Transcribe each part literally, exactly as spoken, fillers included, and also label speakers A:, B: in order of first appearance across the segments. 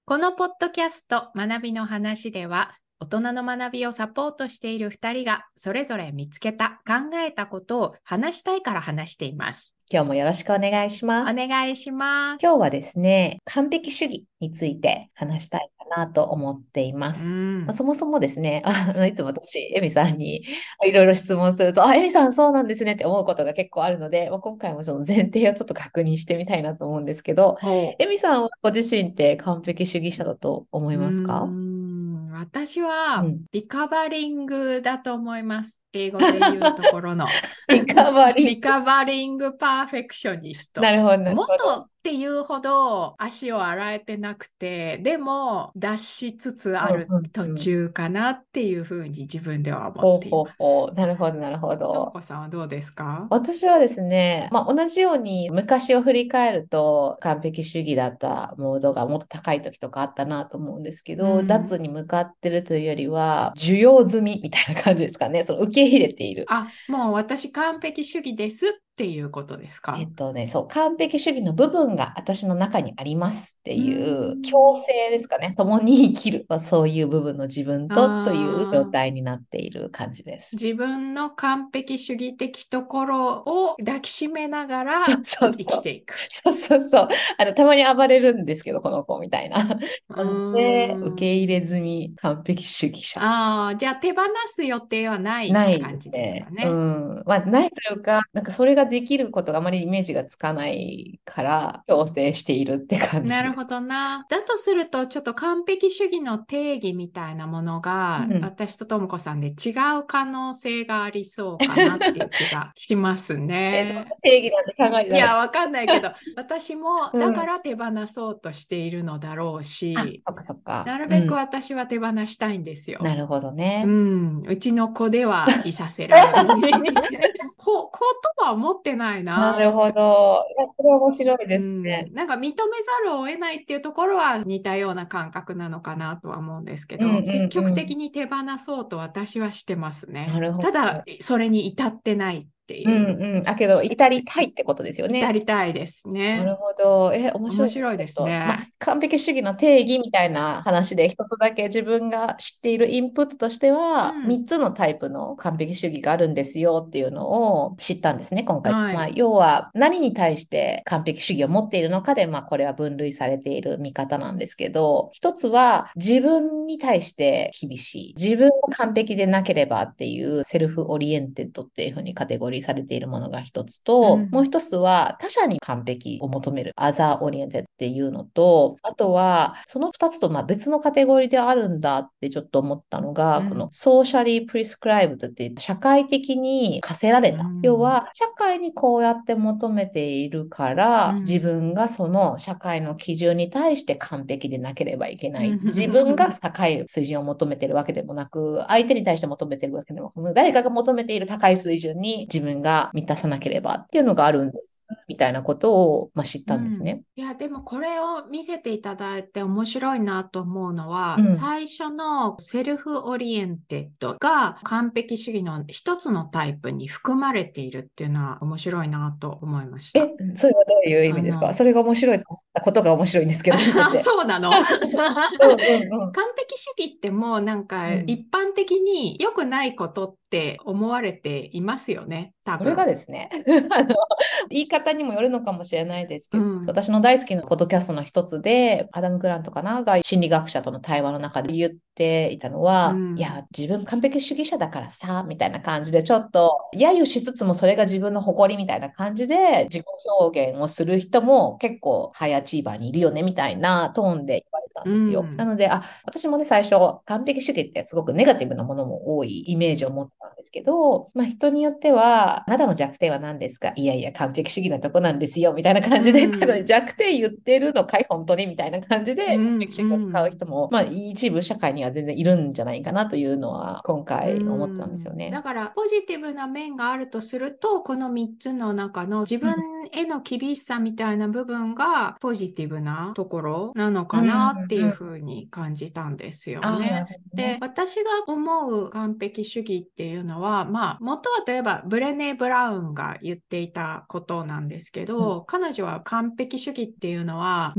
A: このポッドキャスト学びの話では、大人の学びをサポートしているふたりがそれぞれ見つけた、考えたことを話したいから話しています。
B: 今日もよろしくお願いしま
A: お
B: す。
A: 願いします。
B: 今日はですね、完璧主義について話したいかなと思っていま
A: う
B: す。まあ、
A: ん。
B: そもそもですね、あのいつも私、エミさんにいろいろ質問すると、あ、エミさんそうなんですねって思うことが結構あるので、まあ、今回もその前提をちょっと確認してみたいなと思うんですけど、
A: ほ
B: エミさんはご自身って完璧主義者だと思
A: う。うー
B: いますか？
A: ん。私は
B: うん。
A: リカバリングだと思います。英語で言うところの。
B: リカバリング。
A: リカバリングパーフェクショニスト。
B: なるほど、なるほど。
A: 元っていうほど足を洗えてなくて、でも脱しつつある
B: うんうん
A: 途
B: うん。
A: 中かなっていうふうに自分では思っ
B: ほう
A: てい
B: ほうほう。
A: ます。
B: なるほど、なるほど。
A: ともこさんはどうですか？
B: 私はですね、まあ、同じように昔を振り返ると完璧主義だったモードがもっと高い時とかあったなと思うんですけ
A: う
B: ど、脱
A: ん。
B: に向かってるというよりは、受容済みみたいな感じですかね。その受け入れている。
A: あ、もう私完璧主義ですっていうことですか？
B: えっとね、そう、完璧主義の部分が私の中にありますって
A: うー
B: いう強
A: ん。
B: 制ですかね。共に生きる、まあ、そういう部分の自分とという状
A: ああ。
B: 態になっている感じです。
A: 自分の完璧主義的ところを抱きしめながら
B: そう
A: 生
B: そう。
A: きていく。
B: そうそうそう。あの、たまに暴れるんですけど、この子みたいな
A: う
B: 感じで、受
A: ーん。
B: け入れ済み完璧主義者。
A: ああ、じゃあ手放す予定はない
B: ないで
A: 感じですか
B: すね。う
A: ね。
B: ん。まあ、ないというか、なんかそれができることがあまりイメージがつかないから、強制しているって感
A: なるほ
B: じです。
A: どな。だとすると、ちょっと完璧主義の定義みたいなものが、
B: うん。
A: 私とともこさんで違う可能性がありそうかなっていう気がします
B: え、どんな
A: ね。
B: 定義なんて考えて
A: いや、
B: なかっ
A: わかんないけど、私も
B: た。
A: だ
B: うん。
A: から手放そうとしているのだろう
B: あ、
A: し、
B: そっかそっか。
A: なるべく
B: うん。
A: 私は手放したいんですよ。
B: なるほど
A: う
B: ね。
A: ん、うちの子ではいさせられない。こ、ことは思ってないな。
B: なるほど。いや、それは面白い
A: う
B: ですね。
A: ん、なんか認めざるを得ないっていうところは似たような感覚なのかなとは思うんですけ
B: うん
A: ど、積極
B: うんうん。
A: 的に手放そうと私はしてますね。
B: なるほ
A: ただ、
B: ど。
A: それに至ってないって
B: う
A: いう、
B: んうん。あ、けど、至りたいってことですよね。
A: 至りたいですね。
B: なるほど。え、面白いです。
A: 面白いで
B: ちょっと、まあ、
A: すね。
B: 完璧主義の定義みたいな話で、一つだけ自分が知っているインプットとしては、
A: うん。
B: みっつのタイプの完璧主義があるんですよっていうのを知ったんですね、今回。まあ、
A: はい。
B: 要は、何に対して完璧主義を持っているのかで、まあ、これは分類されている見方なんですけど、一つは、自分に対して厳しい。自分が完璧でなければっていうセルフオリエンテッドっていうふうにカテゴリーされているものが一つと、もう
A: うん。
B: 一つは他者に完璧を求めるアザーオリエンテッドっていうのと、あとはその二つとまあ別のカテゴリーであるんだってちょっと思ったのが、この
A: うん。
B: ソーシャリープリスクライブって言って社会的に課せられ
A: う
B: た。要
A: ん。
B: は社会にこうやって求めているから自
A: うん。
B: 分がその社会の基準に対して完璧でなければいけな
A: う
B: い。自分が
A: ん。
B: 高い水準を求めてるわけでもなく、相手に対して求めてるわけでもなく、誰かが求めている高い水準に自分が満たさなければっていうのがあるんです。みたいなことを、まあ、知っ
A: うん、
B: たんですね。
A: いや、でもこれを見せていただいて面白いなと思うのは、
B: うん。
A: 最初のセルフオリエンテッドが完璧主義の一つのタイプに含まれているっていうのは面白いなと思いまし
B: え、
A: た。
B: それはどういう意味ですか？
A: あの、
B: それが面白いと思ったことが面白いんですけど、すべて。
A: そうなの。
B: うんうんうん。
A: 完璧主義ってもうなんか
B: うん。
A: 一般的に良くないことって思われていますよね、多
B: それが
A: 分。
B: ですね、あの、言い方にもよるのかもしれないですけど、
A: うん。
B: 私の大好きなポッドキャストの一つで、アダム・グラントかなが心理学者との対話の中で言っていたの
A: う
B: は、い
A: ん。
B: や、自分完璧主義者だからさ、みたいな感じで、ちょっと、揶揄しつつもそれが自分の誇りみたいな感じで、自己表現をする人も結構ハイアチーバーにいるよね、みたいなトーンで言われてたん
A: う
B: ですよ。な
A: ん。
B: ので、あ、私もね、最初、完璧主義ってすごくネガティブなものも多いイメージを持ってたんですけど、まあ人によっては、あなたの弱点は何ですか？いやいや、完璧主義なとこなんですよ、みたいな感
A: う
B: じで言ったのに、
A: ん。
B: 弱点言ってるのかい、本当にみたいな感じで、完
A: うん。
B: 璧主義を使う
A: うん。
B: 人も、まあ一部社会には全然いるんじゃないかなというのは、今
A: う
B: 回思ってたんですよ
A: ん。
B: ね。
A: だからポジティブな面があるとすると、このみっつの中の自分への厳しさみたいな部分がポジティブなところなのか
B: うん、うん、
A: なっていうふ
B: うん。
A: うに感じたんですよ
B: ああ、なる
A: ね。
B: ほど
A: で、
B: ね。
A: 私が思う完璧主義っていうのは、まあ、元はといえばブレネー・ブラウンが言っていたことなんですけ
B: うん、
A: ど、彼女は完璧主義っていうのはにじゅってん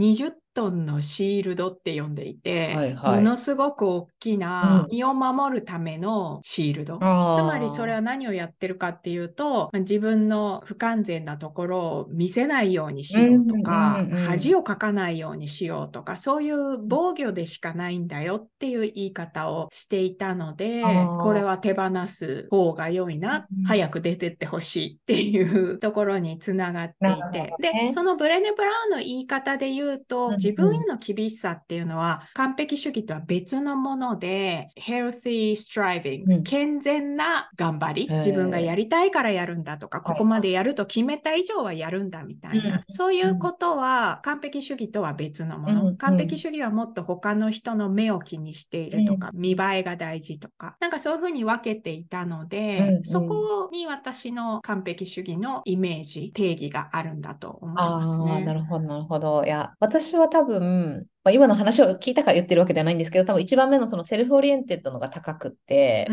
A: トンのシールドって呼んでいて、
B: はいはい。
A: ものすごく大き
B: う
A: なん 。 身を守るためのシールド。つまりそれ
B: ああ。
A: は何をやってるかっていうと、まあ自分の不完全なところを見せないように
B: うん
A: しようと
B: うん
A: か、
B: うん。
A: 恥をかかないようにしようとか、そういう防御でしかないんだよっていう言い方をしていたの
B: あ
A: で、これ
B: あ。
A: は手放す方が良いな、
B: うん。
A: 早く出てってほしいっていうところにつながって
B: なるほ
A: いて。で、
B: どね。
A: そのブレネ・ブラウンの言い方で言うと、
B: うん
A: 自分
B: うん。
A: への厳しさっていうのは完璧主義とは別のもので、healthy striving、
B: うん。
A: 健全な頑張り、
B: へ
A: 自分がや
B: え。
A: りたいからやるんだとか、ここま
B: はいは
A: でやると決めた以上はやるんだみた
B: い。
A: いな、そうい
B: うん。
A: うことは完璧主義とは別のも
B: うん
A: の。完璧
B: うん
A: 主義はもっと他の人の目を気にしているとか、
B: うん
A: 見栄えが大事とか、なんかそういうふうに分けていたの
B: うん
A: で、そ
B: うん。
A: こに私の完璧主義のイメージ、定義があるんだと思います
B: ああ、な
A: ね。
B: るほど、なるほど。いや、私は多分、まあ、今の話を聞いたから言ってるわけではないんですけど、多分一番目のそのセルフオリエンテッドのが高くって、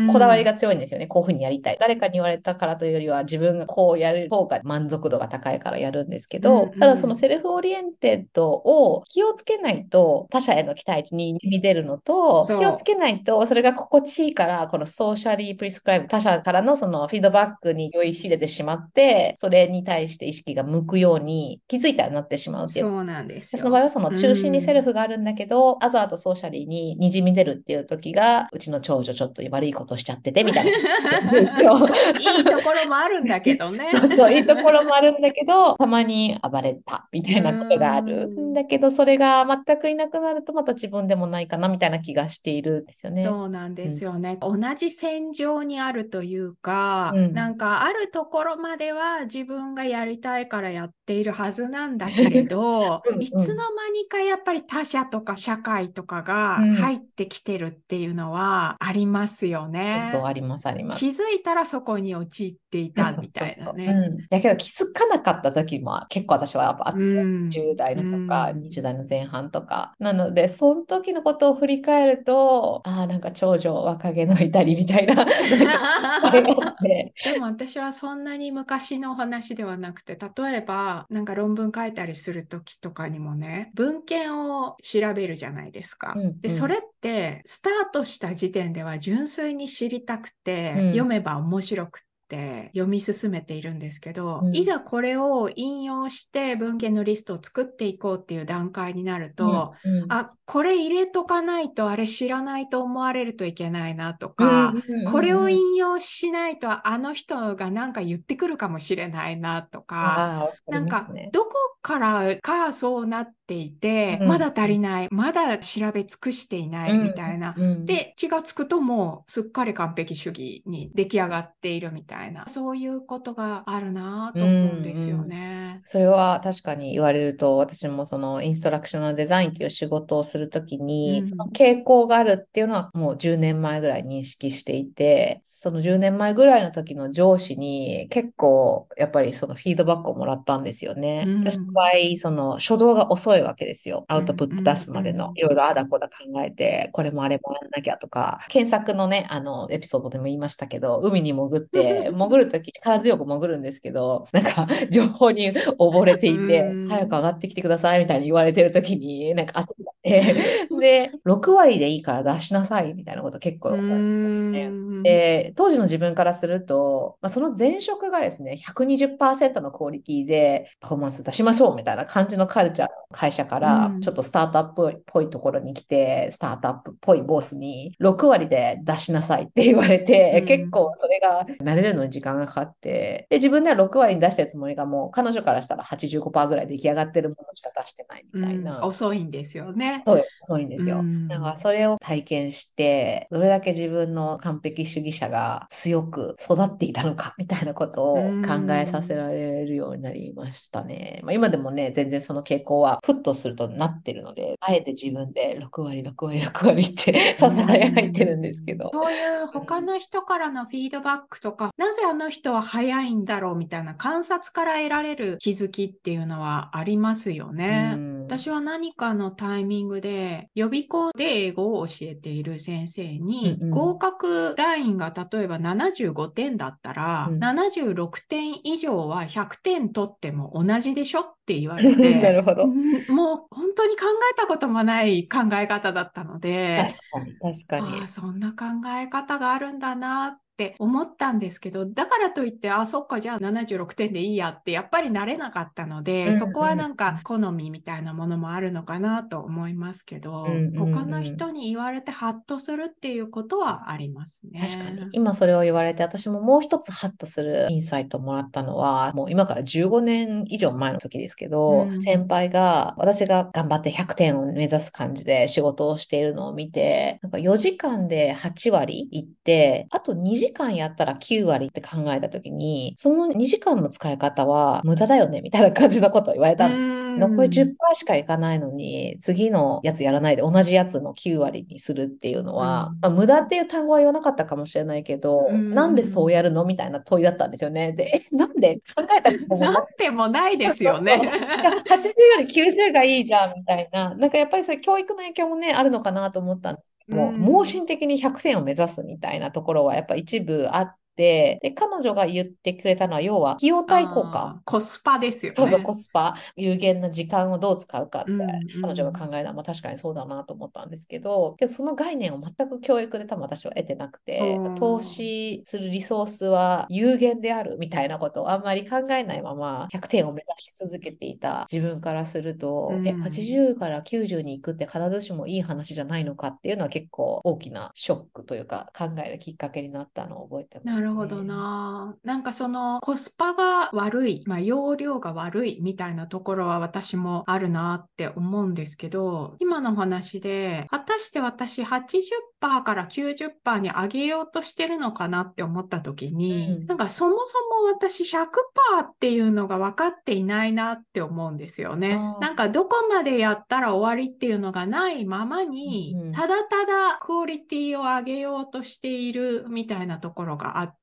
A: う
B: こだわりが
A: ん。
B: 強いんですよね。こういうふうにやりたい。誰かに言われたからというよりは、自分がこうやる方が満足度が高いからやるんですけ
A: うん
B: ど、ただその
A: うん。
B: セルフオリエンテッドを気をつけないと、他者への期待値に見出るのと、気をつ
A: そ
B: けないと、それが心地いいから、このソーシャリープリスクライブ、他者からのそのフィードバックに酔いしれてしまって、それに対して意識が向くように気づいたらなってしまう
A: う、
B: っていう。
A: そうなんです
B: 私の場合は
A: よ。
B: その
A: う
B: 中心にセル
A: ん。
B: フがあるんだけど、アザーとソーシャリーに滲み出るっていう時が、うちの長女ちょっと悪いことしちゃっててみたいな感じなんですよ。
A: いいところもあるんだけどね。
B: そうそう、いいところもあるんだけど、たまに暴れたみ
A: う
B: たいなことがある。ん
A: ん。
B: だけど、それが全くいなくなると、また自分でもないかなみたいな気がしているんですよね。
A: そうなんで
B: うん。
A: すよね。同じ線上にあるというか、
B: うん。
A: なんかあるところまでは自分がやりたいからやっているはずなんだけれど、
B: うん
A: いつの
B: うん。
A: 間にかやっぱり他者とか社会とかが
B: うん。
A: 入ってきてるっていうのはありますよ
B: そうそう、
A: ね。
B: あります、ありま
A: 気
B: す。
A: づいたらそこに陥ってい
B: そう
A: たみた
B: そうそう。
A: いなね。
B: うん。だけど気づかなかった時も結構私はやっぱあ
A: う
B: って、
A: ん、
B: じゅう代
A: う
B: のとか
A: ん。
B: にじゅう代の前半とか。なので、その時のことを振り返ると、ああ、なんか長女若気の至りみたいな、なんか、あれがあって。
A: でも私はそんなに昔のお話ではなくて、例えばなんか論文書いたりするときとかにもね、文献を調べるじゃないですか。で、
B: うんうん。
A: それってスタートした時点では純粋に知りたくて、読
B: うん。
A: めば面白くて読み進めているんですけど、い
B: うん。
A: ざこれを引用して文献のリストを作っていこうっていう段階になる
B: うん。
A: と、
B: うん。
A: あ、これ入れとかないとあれ知らないと思われるといけないなと
B: うん。
A: か、
B: うん。
A: これを
B: うん。
A: 引用しないとあの人が何か言ってくるかもしれないなとか、
B: ああ、わかり
A: なんか
B: ますね。
A: どこからかそうなっていて、
B: うん。
A: まだ足りない、まだ調べ尽くしていないみ
B: うん。
A: たいな。
B: うん。
A: で、気がつくともうすっかり完璧主義に出来上がっているみたいな、そういうことがあるな
B: うん。
A: と思うんですよ
B: うん。
A: ね。
B: それは確かに言われると、私もそのインストラクショナルデザインっていう仕事をするときに、
A: うん。
B: 傾向があるっていうのはもうじゅうねんまえぐらい認識していて、そのじゅうねんまえぐらいの時の上司に結構やっぱりそのフィードバックをもらったんですよ
A: う
B: ね。私の場
A: ん。
B: 合、その初動が遅いわけですよ。ア
A: うん。
B: ウトプット出
A: うん。
B: すまでの。
A: うん。
B: いろいろあだこだ考えて、これもあれもやんなきゃとか、検索のね、あの、エピソードでも言いましたけど、海に潜って、潜るとき力強く潜るんですけど、なんか情報に溺れて
A: う
B: いて、早く
A: ん。
B: 上がってきてくださいみたいに言われてるときに、なんか焦って、で、ろく割でいいから出しなさいみたいなこと結構
A: う
B: 言われてますね。
A: ん。
B: で、当時の自分からすると、まあ、その前職がですね、ひゃくにじゅっパーセントのクオリティでパフォーマンス出しましょうみたいな感じのカルチャーの会社か
A: う
B: ら、ちょっ
A: ん。
B: とスタートアップっぽいところに来て、スタートアップっぽいボスにろく割で出しなさいって言われ
A: う
B: て、結構
A: ん。
B: それが慣れるのに時間がかかって、で、自分ではろく割に出してるつもりがもう彼女からしたらはちじゅうごパーセントぐらい出来上がってるものしか出してないみ
A: うん。
B: たいな。
A: 遅いんですよね。
B: そう、そういんで
A: う
B: すよ。だから
A: ん。
B: それを体験して、どれだけ自分の完璧主義者が強く育っていたのかみたいなこと
A: う
B: を考えさせ
A: ん。
B: られるようになりましたね。まあ、今でもね、全然その傾向はふっとするとなってるので、あえて自分でろく割、ろく割、ろく割って
A: う
B: ささやいてるんですけ
A: ん。
B: ど。
A: そういう他
B: うん
A: の人からのフィードバックとか、なぜあの人は早いんだろうみたいな観察から得られる気づきっていうのはありますよ
B: う
A: ね。 私は何かのタイミングで予備校で英語を教えている先生に、
B: うんうん
A: 合格ラインが例えばななじゅうごてんだったら、
B: うん。
A: ななじゅうろくてん以上はひゃくてん取っても同じでしょって言われ
B: な
A: て、
B: るほど。
A: んもう本当に考えたこともない考え方だったの
B: 確
A: で、
B: かに、確か
A: ああ、
B: に。
A: そんな考え方があるんだなって思ったんですけど、だからといって、あ、そっか、じゃあななじゅうろくてんでいいやってやっぱりなれなかったので、
B: うん
A: そこはなん
B: うん
A: か好みみたいなものもあるのかなと思いますけど、
B: うんうん
A: 他の
B: うんうん。
A: 人に言われてハッとするっていうことはあります
B: 確かに。
A: ね。
B: 今それを言われて、私ももう一つハッとするインサイトをもらったのは、もう今からじゅうごねん以上前の時ですけ
A: う
B: ど、先
A: ん。
B: 輩が、私が頑張ってひゃくてんを目指す感じで仕事をしているのを見て、なんかよじかんではち割いって、あとにじかんやったらきゅう割って考えた時に、そのにじかんの使い方は無駄だよね、みたいな感じのことを言われ
A: う
B: たんです。残り
A: ん。
B: じゅっパーセントしかいかないのに、次のやつやらないで同じやつのきゅう割にするっていうの
A: う
B: は、まあ、
A: ん。
B: 無駄っていう単語は言わなかったかもしれないけ
A: う
B: ど、なんでそう
A: ん。
B: やるのみたいな問いだったんですよね。で、え、なんで考えたことも
A: なん
B: なくて、
A: でもないで
B: そう
A: すよね。
B: そう。いや、はちじゅうよりきゅうじゅうがいいじゃんみたいな。なんかやっぱりそれ教育の影響もね、あるのかなと思ったんですけ
A: う
B: ども、盲
A: ん。
B: 信的にひゃくてんを目指すみたいなところはやっぱ一部あって、で、彼女が言ってくれたのは、要は費用対効果。
A: ああ、コスパですよ
B: そうそう、
A: ね。
B: コスパ、有限な時間をどう使うかって、
A: うんう
B: 彼女が
A: ん。
B: 考えたのは確かにそうだなと思ったんですけど、けどその概念を全く教育で多分私は得てなく
A: お
B: て、投
A: ー、
B: 資するリソースは有限であるみたいなことをあんまり考えないままひゃくてんを目指し続けていた自分からする
A: う
B: と、え、
A: ん。
B: はちじゅうからきゅうじゅうに行くって必ずしもいい話じゃないのかっていうのは結構大きなショックというか考えるきっかけになったのを覚えてます
A: なるほど
B: ね。
A: な。なんかそのコスパが悪い、まあ容量が悪いみたいなところは私もあるなって思うんですけど、今のお話で、果たして私はちじゅっパーセントからきゅうじゅっパーセントに上げようとしてるのかなって思った時に、
B: うん。
A: なんかそもそも私ひゃくパーセントっていうのが分かっていないなって思うんですよね。
B: ああ、
A: なんかどこまでやったら終わりっていうのがないままに、
B: うんうん。
A: ただただクオリティを上げようとしているみたいなところがあって、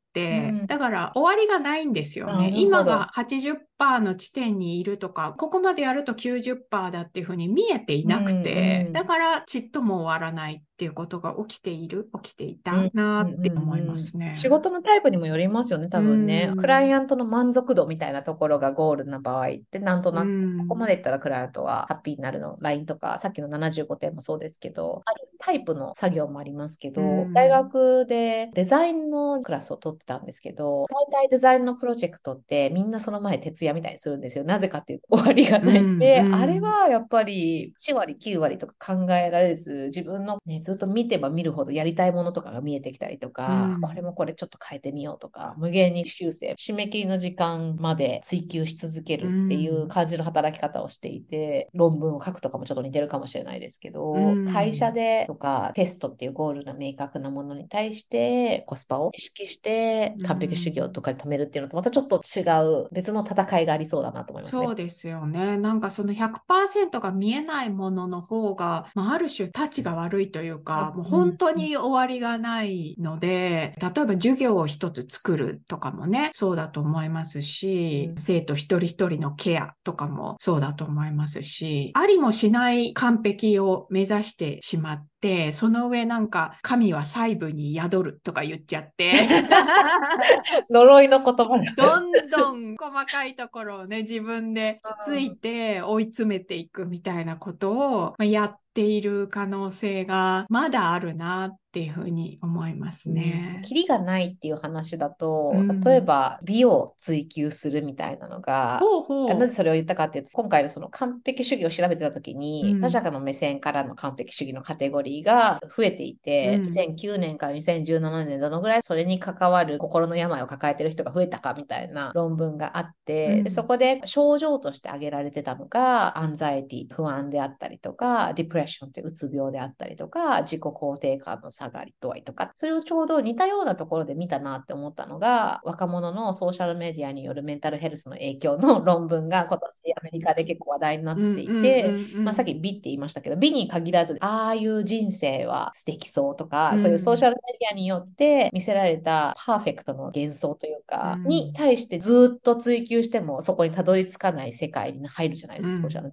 B: うん。
A: だから終わりがないんですよ
B: な
A: ね。
B: るほど。
A: 今がはちじゅっパーセントの地点にいるとか、ここまでやるときゅうじゅっパーセントだっていうふうに見えてい
B: うん
A: なくて、だ
B: うん。
A: からちっとも終わらないっていうことが起きている、起きていた
B: うんうん
A: なって思いま
B: うんうん。
A: すね。
B: 仕事のタイプにもよりますよね、
A: う
B: 多分ね。クライ
A: ん、
B: アントの満足度みたいなところがゴールな場合って、なんと
A: う
B: なく、ここまで
A: ん、
B: いったらクライアントはハッピーになるの、ライン とか、さっきのななじゅうごてんもそうですけど、あるタイプの作業もありますけ
A: う
B: ど、大
A: ん、
B: 学でデザインのクラスを取ってたんですけど、大体デザインのプロジェクトってみんなその前徹夜みたいにするんですよ。なぜかっていうと終わりがない。
A: うん、う
B: で、あれ
A: ん、
B: はやっぱりいち割、きゅう割とか考えられず、自分のね、ずっと見てば見るほどやりたいものとかが見えてきたりと
A: う
B: か、これ
A: ん、
B: もこれちょっと変えてみようとか、無限に修正、締め切りの時間まで追求し続け
A: う
B: るっていう
A: ん、
B: 感じの働き方をしていて、論文を書くとかもちょっと似てるかもしれないですけ
A: う
B: ど、会社
A: ん。
B: でとかテストっていうゴールの明確なものに対してコスパを意識して
A: う
B: 完璧主義と
A: ん。
B: かで止めるっていうのとまたちょっと違う別の戦いがありそうだなと思いますね。
A: そうですよね。なんかそのひゃくパーセントが見えないものの方が、まあ、ある種タチが悪いというか、もう
B: うん、
A: 本当に終わりがないので、例えば授業を一つ作るとかもね、そうだと思いますし、
B: うん、
A: 生徒一人一人のケアとかもそうだと思いますし、ありもしない完璧を目指してしまって、その上なんか神は細部に宿るとか言っちゃって、
B: 呪いの言葉だ。
A: どんどん細かいところをね、自分でつついて追い詰めていくみたいなことをまあやっている可能性がまだあるなっていうふうに思います
B: うん、
A: ね。
B: キリがないっていう話だ
A: う
B: と、例え
A: ん。
B: ば美を追求するみたいなのが、
A: ほうほ
B: あなぜそれを言ったかっていうと、今回のその完璧主義を調べてたとき
A: う。う
B: に、他者
A: ん。
B: の目線からの完璧主義のカテゴリーが増えていて、
A: うん。
B: にせんきゅうねんからにせんじゅうななねんどのぐらいそれに関わる心の病を抱えてる人が増えたかみたいな論文があって、でそ
A: うん。
B: こで症状として挙げられてたのが、アンザイティ、不安であったりとか、ディプレッションってうつ病であったりとか、自己肯定感の下がり度合いとか、それをちょうど似たようなところで見たなって思ったのが、若者のソーシャルメディアによるメンタルヘルスの影響の論文が今年アメリカで結構話題にな
A: うん。
B: ってい
A: うん。う
B: て、
A: ん。う
B: まあ、さっ
A: ん。
B: き美って言いましたけど、美に限らず、ああいう人生は素敵そうとか、
A: う
B: そういうソーシャ
A: ん。
B: ルメディアによって見せられたパーフェクトの幻想という
A: う
B: か、に
A: ん。
B: 対してずっと追求してもそこにたどり着かない世界に入るじゃないですか、ソーシャルメ
A: うん。
B: ディアの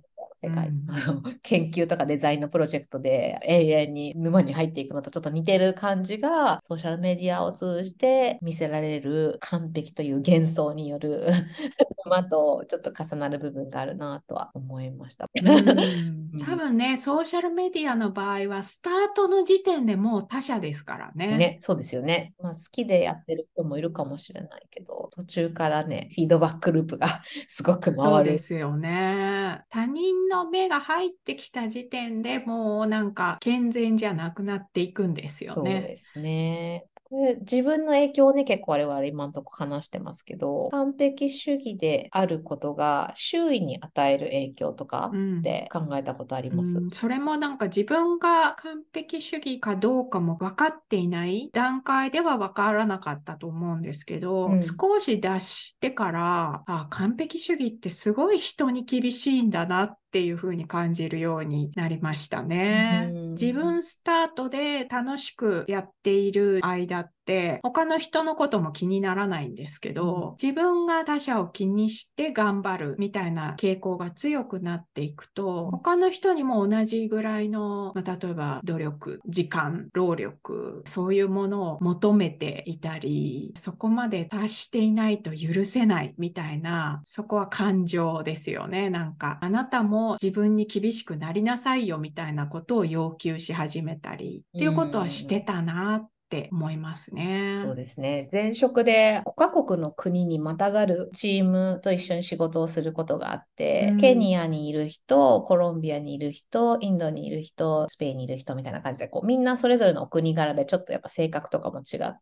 B: 世界、
A: うん、
B: あの研究とかデザインのプロジェクトで永遠に沼に入っていくのとちょっと似てる感じが、ソーシャルメディアを通じて見せられる完璧という幻想による沼とちょっと重なる部分があるなとは思いました。
A: うん。
B: うん、
A: 多分ね、ソーシャルメディアの場合は、スタートの時点でもう他者ですからね。
B: ね、そうですよね。まあ、好きでやってる人もいるかもしれないけど、途中からね、フィードバックループがすごく
A: そう
B: 回る。
A: ですよね。他人の目が入ってきた時点でもうなんか健全じゃなくなっていくんですよね。
B: そうですね。これ自分の影響をね、結構我々今のとこ話してますけど、完璧主義であることが周囲に与える影響とかっ
A: うん。
B: て考えたことあります？
A: うん、それもなんか自分が完璧主義かどうかも分かっていない段階では分からなかったと思うんですけど、
B: うん。
A: 少し出してから、あ、完璧主義ってすごい人に厳しいんだなっていうふうに感じるようになりました
B: う
A: ね。自
B: ん。
A: 分スタートで楽しくやっている間って、他の人のことも気にならないんですけ
B: うん。
A: ど、自分が他者を気にして頑張るみたいな傾向が強くなっていくと、他の人にも同じぐらいの、まあ、例えば努力、時間、労力、そういうものを求めていたり、そこまで達していないと許せないみたいな、そこは感情ですよね。なんか、あなたも自分に厳しくなりなさいよみたいなことを要求し始めたり、っ
B: う
A: ていうことはして
B: ん。
A: たなって思いますね。
B: そうですね。前職でごカ国の国にまたがるチームと一緒に仕事をすることがあって、ケ
A: うん、
B: ニアにいる人、コロンビアにいる人、インドにいる人、スペインにいる人みたいな感じで、こうみんなそれぞれのお国柄でちょっとやっぱ性格とかも違って、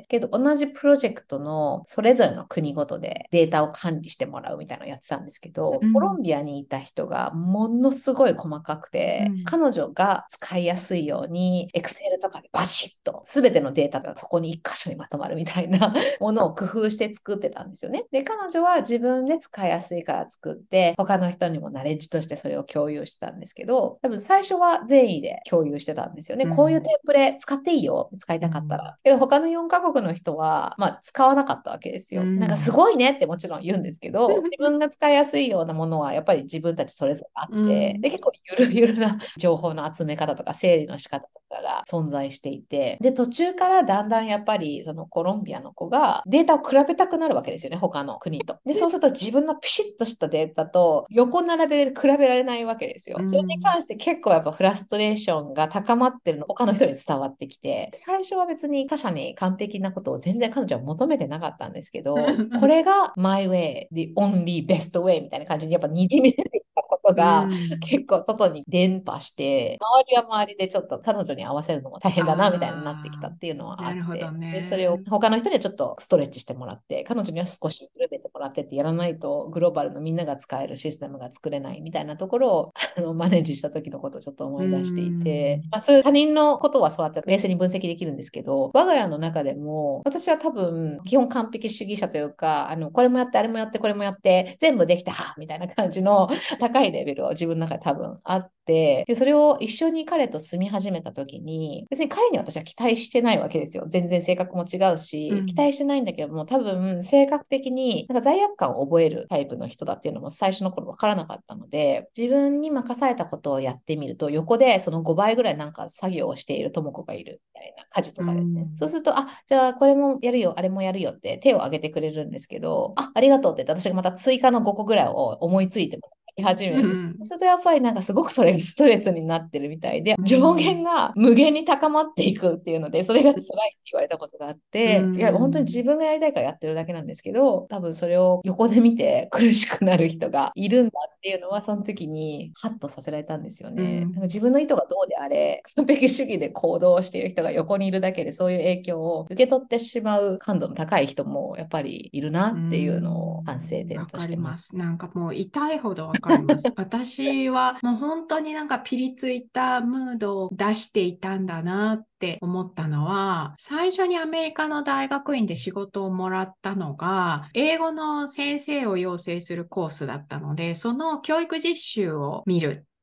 B: けど同じプロジェクトのそれぞれの国ごとでデータを管理してもらうみたいなのをやってたんですけど、コロ
A: うん、
B: ンビアにいた人がものすごい細かくて、
A: うん、
B: 彼女が使いやすいように、Excel とかでバシッと全てのデータがそこに一箇所にまとまるみたいなものを工夫して作ってたんですよね。で、彼女は自分で使いやすいから作って、他の人にもナレッジとしてそれを共有してたんですけど、多分最初は善意で共有してたんですよね。こういう
A: うん、
B: テンプレ使っていいよ。使い
A: うん、
B: たかったら。けど他のよんカ国の人は、まあ使わなかったわけです
A: う
B: よ。なんかす
A: ん、
B: ごいねってもちろん言うんですけど、自分が使いやすいようなものはやっぱり自分たちそれぞれあっ
A: う
B: て、で、
A: ん、
B: 結構ゆるゆるな情報の集め方とか整理の仕方とかが存在していて、で、途中からだんだんやっぱりそのコロンビアの子がデータを比べたくなるわけですよね、他の国と。で、そうすると自分のピシッとしたデータと横並べで比べられないわけですよ。
A: う
B: それに
A: ん、
B: 関して結構やっぱフラストレーションが高まってるの他の人に伝わってきて、最初は別に他者に完璧なことを全然彼女は求めてなかったんですけど、これが my way, the only best way みたいな感じにやっぱにじみ出てきたこと
A: う
B: が
A: ん。
B: 結構外に伝播して、周りは周りでちょっと彼女に合わせるのも大変だなみたいになってきた
A: ああ、
B: っていうのはあ
A: なるほど
B: って、で、それを
A: ね。
B: 他の人にはちょっとストレッチしてもらって、彼女には少し緩めてもらってってやらないとグローバルのみんなが使えるシステムが作れないみたいなところをあのマネージした時のことをちょっと思
A: う
B: い出していて、
A: ん、
B: まあ、そういう他人のことはそうやって冷静に分析できるんですけど、我が家の中でも私は多分基本完璧主義者というか、あのこれもやってあれもやってこれもやって全部できたみたいな感じの高いレベルを自分の中で多分あって、で、それを一緒に彼と住み始めた時に、別に彼に私は期待してないわけですよ。全然性格も違うし、期
A: うん、
B: 待してないんだけども、多分性格的になんか罪悪感を覚えるタイプの人だっていうのも最初の頃分からなかったので、自分に任されたことをやってみると、横でそのごばいぐらいなんか作業をしている智子がいるみたいな家事と
A: う
B: かですね。そう
A: ん、
B: すると、あ、じゃあこれもやるよ、あれもやるよって手を挙げてくれるんですけど、あ、ありがとうって言って私がまた追加のごこぐらいを思いついても始め
A: う
B: るんです。そう
A: ん、
B: するとやっぱりなんかすごくそれがストレスになってるみたいで、
A: う
B: 上限
A: ん、
B: が無限に高まっていくっていうので、それが辛いって言われたことがあっ
A: う
B: て、いや、本当に自
A: ん、
B: 分がやりたいからやってるだけなんですけど、多分それを横で見て苦しくなる人がいるんだっていうのは、その時にハッとさせられたんですよ
A: う
B: ね。なんか
A: ん、
B: 自分の意図がどうであれ、完璧主義で行動している人が横にいるだけで、そういう影響を受け取ってしまう感度の高い人もやっぱりいるな
A: う
B: っていうのを反省
A: ん、わ
B: 点としてます。
A: かります。なんかもう痛いほどわかります。私はもう本当になんかピリついたムードを出していたんだなって思ったのは、最初にアメリカの大学院で仕事をもらったのが、英語の先生を養成するコースだったので、その教育実習を見る。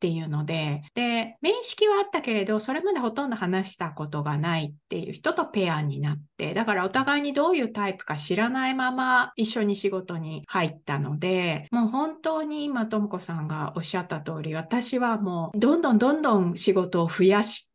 A: っていうので、で、面識はあったけれど、それまでほとんど話したことがないっていう人とペアになって、だからお互いにどういうタイプか知らないまま一緒に仕事に入ったので、もう本当に今、ともこさんがおっしゃった通り、私はもうどんどんどんどん仕事を増やして、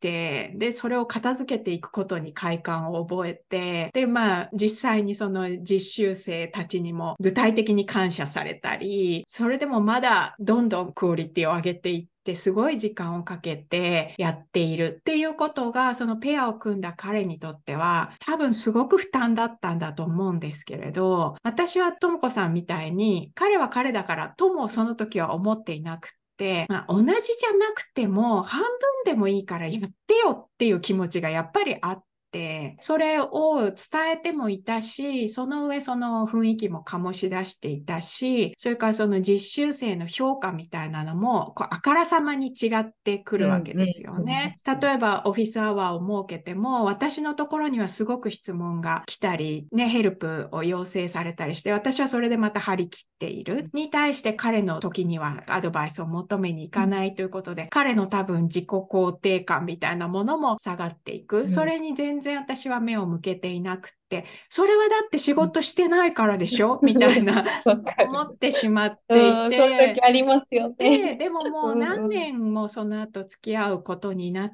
A: で、それを片付けていくことに快感を覚えて、で、まあ、実際にその実習生たちにも具体的に感謝されたり、それでもまだどんどんクオリティを上げていって、すごい時間をかけてやっているっていうことが、そのペアを組んだ彼にとっては多分すごく負担だったんだと思うんですけれど、私はともこさんみたいに彼は彼だからともその時は思っていなくて、まあ、同じじゃなくても半分でもいいからやってよっていう気持ちがやっぱりあって、それを伝えてもいたし、その上その雰囲気も醸し出していたし、それからその実習生の評価みたいなのもこうあからさまに違ってくるわけ
B: うん、うん、
A: ですよ
B: うん。
A: ね。例えばオフィスアワーを設けても、私のところにはすごく質問が来たり、ね、ヘルプを要請されたりして、私はそれでまた張り切っている。に対して彼の時にはアドバイスを求めに行かないということで、彼の多分自己肯定感みたいなものも下がっていく。それに全然私は目を向けていなくて、それはだって仕事してないからでしょみたいな
B: わか
A: 思っ
B: る。
A: てしまってい
B: うん、そういう時
A: て、
B: ありますよ
A: で、
B: ね。
A: でももう何
B: うん、うん。
A: 年もその後付き合うことになって、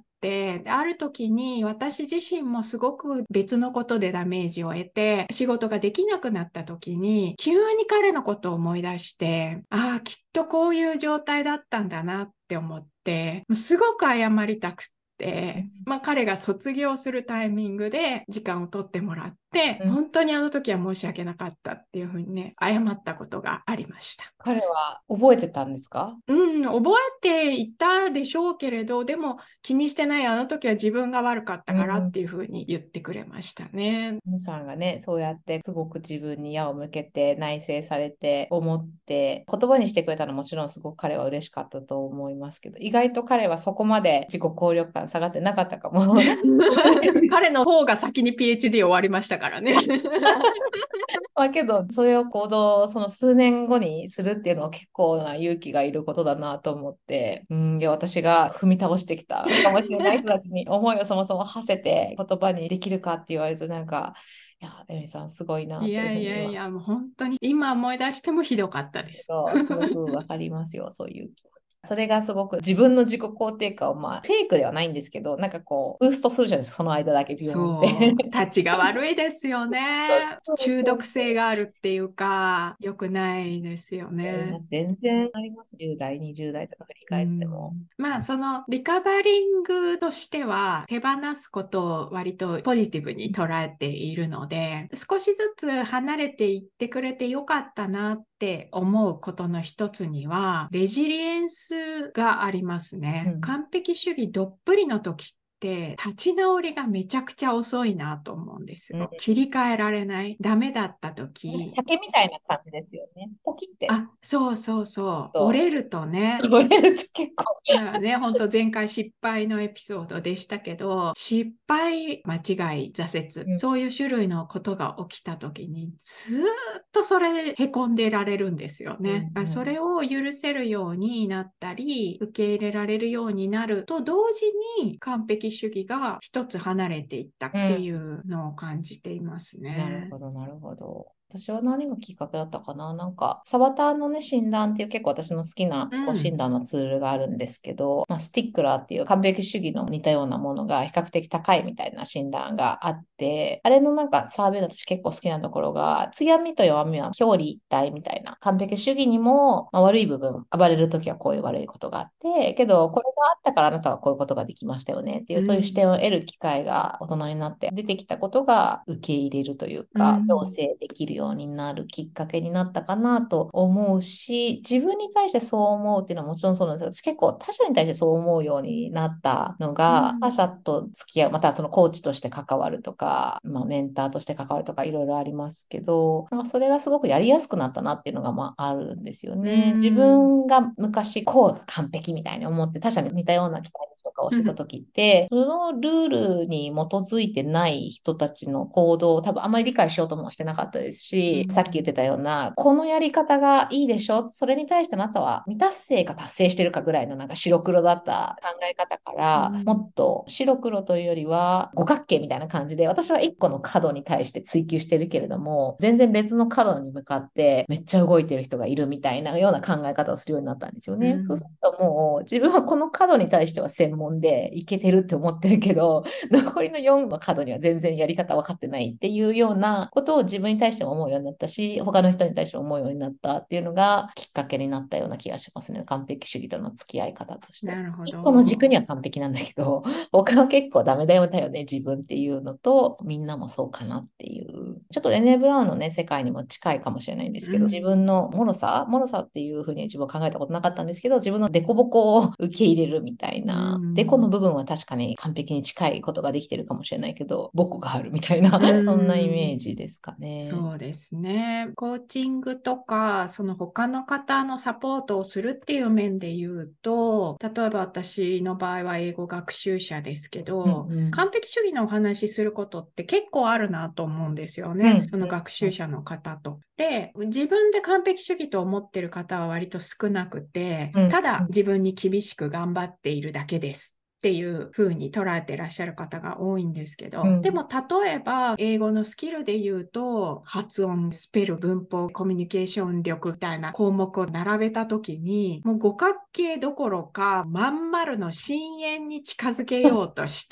A: ある時に私自身もすごく別のことでダメージを得て、仕事ができなくなった時に、急に彼のことを思い出して、ああ、きっとこういう状態だったんだなって思って、すごく謝りたくって、まあ彼が卒業するタイミングで時間を取ってもらって、
B: うん。
A: 本当にあの時は申し訳なかったっていうふうにね、謝ったことがありました。
B: 彼は覚えてたんですか？
A: うん、覚えていたでしょうけれど、でも気にしてない、あの時は自分が悪かったからっ
B: うん。
A: ていうふうに言ってくれましたね。
B: 皆さんがね、そうやってすごく自分に矢を向けて内省されて思って言葉にしてくれたのはもちろんすごく彼は嬉しかったと思いますけど、意外と彼はそこまで自己効力感下がってなかったかも。
A: 彼の方が先に ピーエイチディー 終わりましたからね。
B: まあけど、それを行動、その数年後にするっていうのは結構な勇気がいることだなと思って、うん、いや、私が踏み倒してきたかもしれない人たちに思いをそもそも馳せて言葉にできるかって言われるとなんか、いや、エミさんすごいなという
A: いや
B: ふうには、
A: いやいや、もう本当に今思い出してもひどかったです。
B: そうすごくわかりますよ、そういう気持ち。それがすごく自分の自己肯定感を、まあ、フェイクではないんですけど、なんかこう、ブーストするじゃないですか、その間だけビヨーンって。
A: そう、たちが悪いですよね。
B: そう
A: 中毒
B: そうそう。
A: 性があるっていうか、良くないですよね。
B: あります。全然あります。じゅう代、にじゅう代とか振り
A: う
B: 返っても。
A: ん、まあそのリカバリングとしては手放すことを割とポジティブに捉えているので、少しずつ離れていってくれてよかったなって思うことの一つにはレジリエンスがありますね。
B: うん。
A: 完璧主義どっぷりの時って立ち直りがめちゃくちゃ遅いなと思うんです
B: うん。
A: よ。切り替えられない、ダメだった時、
B: 竹みたいな感じですよね。ポキって。
A: あ、そうそうそう、折
B: そ
A: れると
B: う。
A: ね、
B: 折れると結構。
A: だからね、本当前回失敗のエピソードでしたけど、失敗、間違い、挫折、
B: うん。
A: そういう種類のことが起きた時に、ずーっとそれへこんでられるんですよ
B: うん。
A: ね。
B: うん。
A: それを許せるようになったり、受け入れられるようになると同時に完璧主義が一つ離れていったってい
B: うん。
A: うのを感じていますね。
B: なるほど、なるほど。私は何がきっかけだったかな。なんか、サバターのね、診断っていう結構私の好きな
A: う
B: こう診
A: ん。
B: 断のツールがあるんですけど、まあ、スティックラーっていう完璧主義の似たようなものが比較的高いみたいな診断があって、あれのなんかサーベイで私結構好きなところが、強みと弱みは表裏一体みたいな。完璧主義にも、まあ、悪い部分、暴れるときはこういう悪いことがあって、けど、これがあったからあなたはこういうことができましたよねっていう、そういう視
A: うん。
B: 点を得る機会が大人になって出てきたことが受け入れるという
A: う
B: か、調
A: ん。
B: 整できるようになるきっかけになったかなと思うし、自分に対してそう思うっていうのはもちろんそうなんですけど、私結構他者に対してそう思うようになったのが、他
A: うん。
B: 者と付き合う、またそのコーチとして関わるとか、まあ、メンターとして関わるとかいろいろありますけど、なんかそれがすごくやりやすくなったなっていうのがまああるんですよ
A: う
B: ね。自
A: ん。
B: 分が昔こうが完璧みたいに思って他者に似たような期待値とかをしてた時って、そのルールに基づいてない人たちの行動を多分あまり理解しようともしてなかったですし、
A: うん、
B: さっき言ってたような、このやり方がいいでしょ、それに対してあなたは未達成か達成してるかぐらいのなんか白黒だった考え方か
A: う
B: ら、も
A: ん、
B: っと白黒というよりは五角形みたいな感じで、私は一個の角に対して追求してるけれども、全然別の角に向かってめっちゃ動いてる人がいるみたいなような考え方をするようになったんですよね。そうする
A: うん、
B: ともう自分はこの角に対しては専門でいけてるって思ってるけど、残りのよんの角には全然やり方分かってないっていうようなことを自分に対しても思うようになったし、他の人に対しても思うようになったっていうのがきっかけになったような気がしますね。完璧主義との付き合い方として。
A: なるほ
B: 一個の軸に
A: ど。
B: は完璧なんだけど、他は結構ダメだよだよね、自分っていうのと、みんなもそうかなっていう。ちょっとレネ・ブラウンのね、世界にも近いかもしれないんですけど、自
A: うん、
B: 分の脆さ、脆さっていうふうに自分は考えたことなかったんですけど、自分のデコボコを受け入れるみたい
A: う
B: な、デコの
A: ん、
B: 部分は確かに完璧に近いことができてるかもしれないけど、ボコがあるみたいな、
A: う
B: そんなイメ
A: ん。
B: ージですかね。
A: そうですね。コーチングとか、その他の方のサポートをするっていう面で言うと、例えば私の場合は英語学習者ですけ
B: うん
A: ど、
B: うん。
A: 完璧主義のお話しすることって結構あるなと思うんですよね。
B: うん
A: その学
B: うん
A: 習者の方と。で、自分で完璧主義と思ってる方は割と少なくて、
B: うん
A: ただ
B: うん
A: 自分に厳しく頑張っているだけです。っていう風に捉えてらっしゃる方が多いんですけど、で
B: うん
A: も例えば英語のスキルで言うと、発音、スペル、文法、コミュニケーション力みたいな項目を並べたときに、もう五角形どころか、まん丸の深淵に近づけようとして、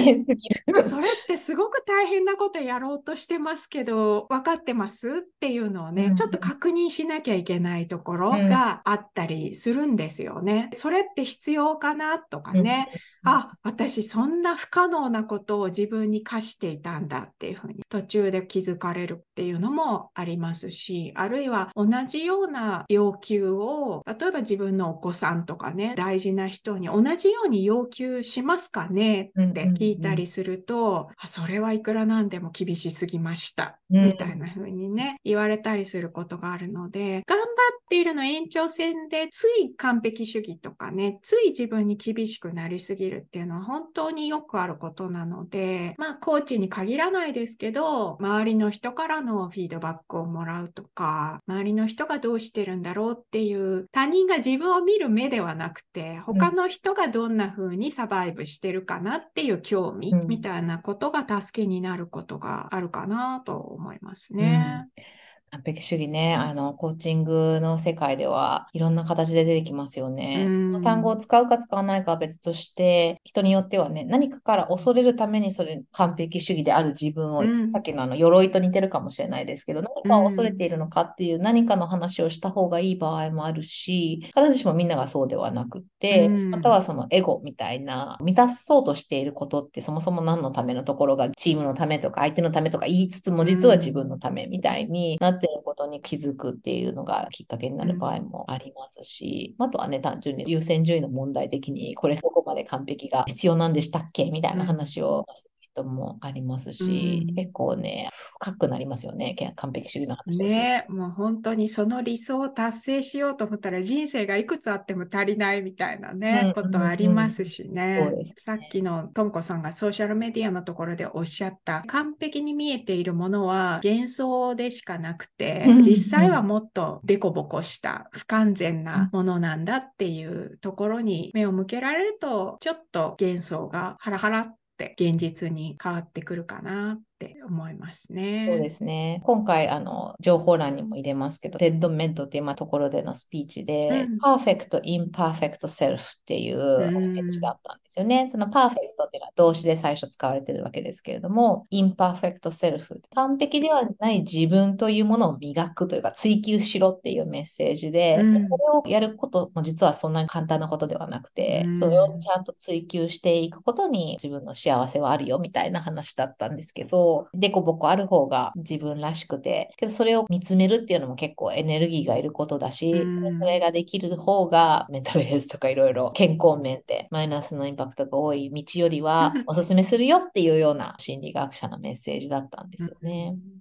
B: 大変すぎる。
A: それってすごく大変なことやろうとしてますけど、分かってますっていうのをね、
B: うん
A: ちょっと確認しなきゃいけないところ
B: うん
A: があったりするんですよね。それって必要かなとか
B: うん
A: ね。あ、私そんな不可能なことを自分に課していたんだっていうふうに途中で気づかれるっていうのもありますし、あるいは同じような要求を、例えば自分のお子さんとかね、大事な人に同じように要求しますかね
B: うん
A: って聞い
B: うんうん
A: たりすると、あ、それはいくらなんでも厳しすぎました。
B: うん
A: みたいな風にね、言われたりすることがあるので、頑張っているの延長線で、つい完璧主義とかね、つい自分に厳しくなりすぎるっていうのは本当によくあることなので、まあ、コーチに限らないですけど、周りの人からのフィードバックをもらうとか、周りの人がどうしてるんだろうっていう、他人が自分を見る目ではなくて、他の人がどんな風にサバイブしてるかなっていう興味み
B: うん
A: たいなことが助けになることがあるかなと思います
B: うん。
A: ね。
B: 完璧主義ね、あの、コーチングの世界ではいろんな形で出てきますよ
A: う
B: ね。単語を
A: ん、
B: 使うか使わないかは別として、人によってはね、何かから恐れるためにそれ完璧主義である自分を、さっ
A: うん、
B: きのあの鎧と似てるかもしれないですけど、何
A: う
B: かを恐れて
A: ん、
B: いるのかっていう何かの話をした方がいい場合もあるし、必ずしもみんながそうではなくっ
A: う
B: て、または
A: ん、
B: そのエゴみたいな、満たそうとしていることってそもそも何のためのところがチームのためとか相手のためとか言いつつも
A: う
B: 実は自分の
A: ん、
B: ためみたいになっていることに気づくっていうのがきっかけにな
A: うん、
B: る場合もありますし、あとはね、単純に優先順位の問題的にこれどこまで完璧が必要なんでしたっけみたいな
A: うん、
B: 話をする人もあります
A: う
B: し、
A: ん。
B: 結構ね、深くなりますよね、完璧主義の話をする。
A: ねえ、もう本当にその理想を達成しようと思ったら人生がいくつあっても足りないみたいなね、
B: うん
A: ことあり
B: うんうん。
A: ますしね。
B: そうです
A: さっき
B: ね。
A: のとんこさんがソーシャルメディアのところでおっしゃった完璧に見えているものは幻想でしかなく
B: う
A: て、実際は
B: んうん
A: もっとデコボコした不完全なものなんだっていうところに目を向けられると、ちょっと幻想がハラハラって現実に変わってくるかなって思いますね。
B: そうですね。今回、あの、情報欄にも入れますけど、テッドメッドっていうまあところでのスピーチで、
A: うん、
B: パーフェクト・インパーフェクト・セルフっていう
A: う
B: メッセージがあ
A: ん、
B: ったんですよね。そのパーフェクトっていうのは動詞で最初使われてるわけですけれども、インパーフェクト・セルフ、完璧ではない自分というものを磨くというか追求しろっていうメッセージで、それ
A: うん、
B: をやることも実はそんなに簡単なことではなく
A: う
B: て、それをち
A: ん、
B: ゃんと追求していくことに自分の幸せはあるよみたいな話だったんですけど、でこぼこある方が自分らしくて、けどそれを見つめるっていうのも結構エネルギーがいることだ
A: う
B: し、それ
A: ん、
B: ができる方がメンタルヘルスとかいろいろ健康面でマイナスのインパクトが多い道よりはおすすめするよっていうような心理学者のメッセージだったんですよね。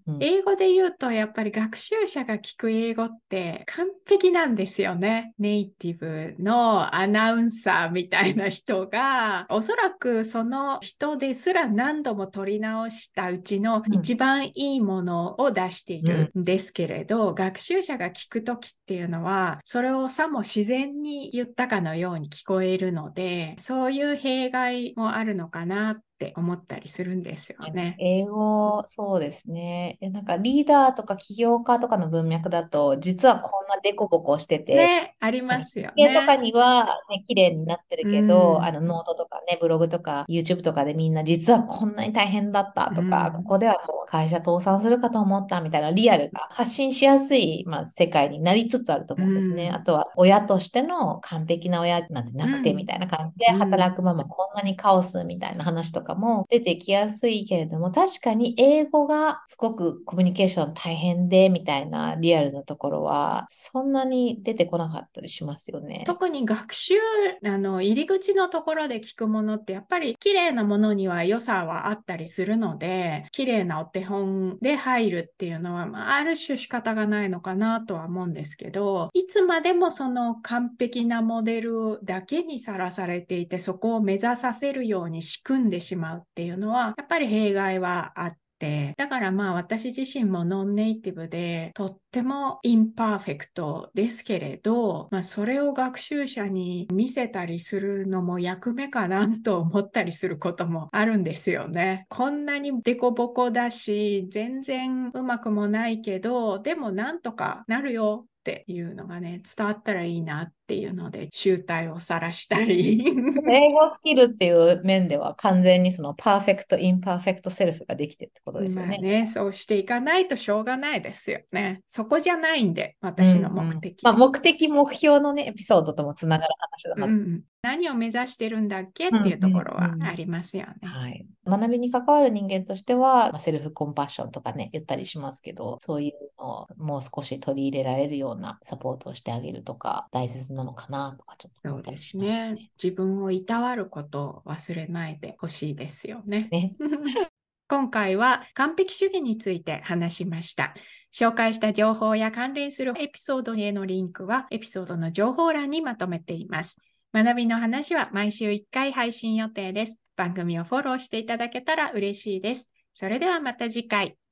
B: うん。
A: 英語で言うと、やっぱり学習者が聞く英語って完璧なんですよね。ネイティブのアナウンサーみたいな人が、おそらくその人ですら何度も取り直したうちの
B: うん。
A: 一番いいものを出してい
B: うん。
A: るんですけれど、学習者が聞くときっていうのは、それをさも自然に言ったかのように聞こえるので、そういう弊害もあるのかなって思ったりするんですよね。
B: 英語、そうですね。えなんかリーダーとか起業家とかの文脈だと、実はこんなデコボコしてて、
A: ね、あり
B: なんか
A: ますよ
B: 家とか
A: ね。
B: には、ね、綺麗になってる
A: う
B: けど、あ
A: ん、
B: のノートとかね、ブログとか YouTube とかでみんな実はこんなに大変だった
A: う
B: とか、こ
A: ん、
B: こではもう会社倒産するかと思ったみたいなリアルが発信しやすい、まあ、世界になりつつあると
A: う
B: 思うんですね。あ
A: ん、
B: とは親としての完璧な親なんてなくてみ
A: うん、
B: たいな感じで
A: うん。
B: 働くママこんなにカオスみたいな話とかも出てきやすいけれども、確かに英語がすごくコミュニケーション大変でみたいなリアルなところはそんなに出てこなかったりしますよね。
A: 特に学習、あの、入り口のところで聞くものってやっぱり綺麗なものには良さはあったりするので、綺麗なお手本で入るっていうのは、まあ、ある種仕方がないのかなとは思うんですけど、いつまでもその完璧なモデルだけにさらされていて、そこを目指させるように仕組んでしまうっていうのは、やっぱり弊害はあって、だからまあ私自身もノンネイティブでとってもインパーフェクトですけれど、まあそれを学習者に見せたりするのも役目かなと思ったりすることもあるんですよね。こんなにデコボコだし、全然うまくもないけど、でもなんとかなるよっていうのがね、伝わったらいいなっていうので、集大を晒したり。
B: 英語スキルっていう面では完全にそのパーフェクト、インパーフェクトセルフができてってことですよね。
A: まあね、そうしていかないとしょうがないですよね。そこじゃないんで、
B: うん
A: 私の目
B: うん。まあ、
A: 的。
B: 目的、目標のね、エピソードともつながる話だな。
A: うん、何を目指してるんだっけ
B: うん
A: っていうところ
B: うんうん。
A: はありますよね。
B: はい。学びに関わる人間としては、まあセルフコンパッションとかね、言ったりしますけど、そういうのをもう少し取り入れられるようなサポートをしてあげるとか、大切なのかなとか、ちょっと
A: そうで
B: 思ったりしました
A: すね。
B: ね。
A: 自分をいたわることを忘れないでほしいですよね。
B: ね。
A: 今回は完璧主義について話しました。紹介した情報や関連するエピソードへのリンクはエピソードの情報欄にまとめています。学びの話は毎週いっかい配信予定です。番組をフォローしていただけたら嬉しいです。それではまた次回。